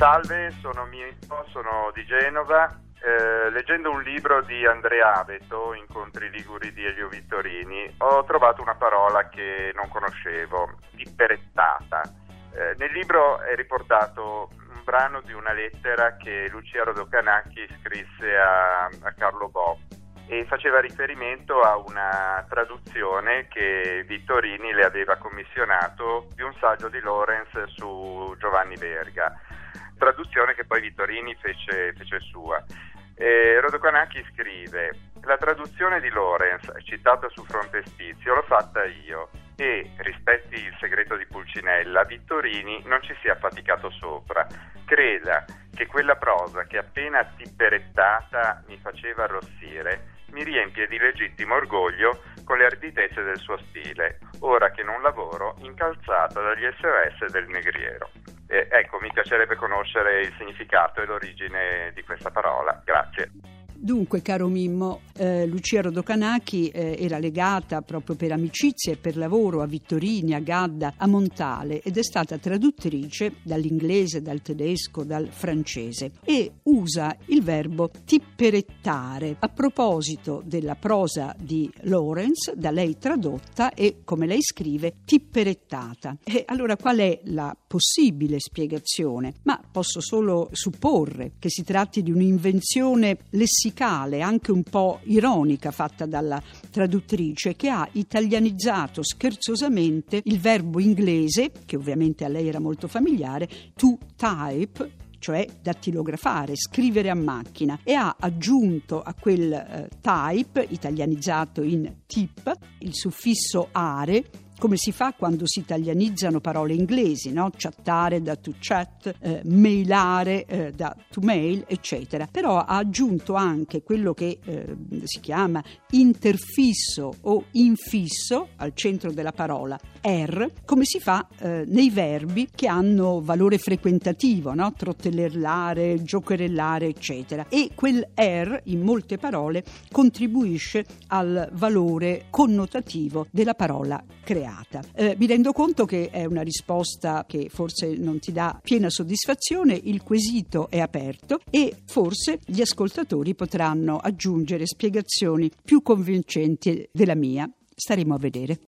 Salve, sono Mimmo, sono di Genova. Leggendo un libro di Andrea Abeto, Incontri liguri di Elio Vittorini, ho trovato una parola che non conoscevo, tipperettata. Nel libro è riportato un brano di una lettera che Lucia Rodocanacchi scrisse a Carlo Bo e faceva riferimento a una traduzione che Vittorini le aveva commissionato di un saggio di Lorenz su Giovanni Verga, traduzione che poi Vittorini fece sua. Rodocanacchi scrive: la traduzione di Lorenz citata su frontespizio l'ho fatta io e, rispetti il segreto di Pulcinella, Vittorini non ci si è affaticato sopra. Creda che quella prosa che appena tipperettata mi faceva arrossire mi riempie di legittimo orgoglio con le arditezze del suo stile, ora che non lavoro incalzata dagli SOS del negriero. Ecco, mi piacerebbe conoscere il significato e l'origine di questa parola. Grazie. Dunque, caro Mimmo, Lucia Rodocanacchi era legata proprio per amicizia e per lavoro a Vittorini, a Gadda, a Montale, ed è stata traduttrice dall'inglese, dal tedesco, dal francese, e usa il verbo tipperettare a proposito della prosa di Lorenz, da lei tradotta e, come lei scrive, tipperettata. E allora qual è la possibile spiegazione? Ma posso solo supporre che si tratti di un'invenzione lessicale, anche un po' ironica, fatta dalla traduttrice, che ha italianizzato scherzosamente il verbo inglese, che ovviamente a lei era molto familiare, to type, cioè dattilografare, scrivere a macchina, e ha aggiunto a quel type, italianizzato in tip, il suffisso are, come si fa quando si italianizzano parole inglesi, no? Chattare da to chat, mailare da to mail, eccetera. Però ha aggiunto anche quello che si chiama interfisso o infisso al centro della parola, er, come si fa nei verbi che hanno valore frequentativo, no? Trottellare, giocherellare, eccetera. E quel er in molte parole contribuisce al valore connotativo della parola creata. Mi rendo conto che è una risposta che forse non ti dà piena soddisfazione, il quesito è aperto e forse gli ascoltatori potranno aggiungere spiegazioni più convincenti della mia. Staremo a vedere.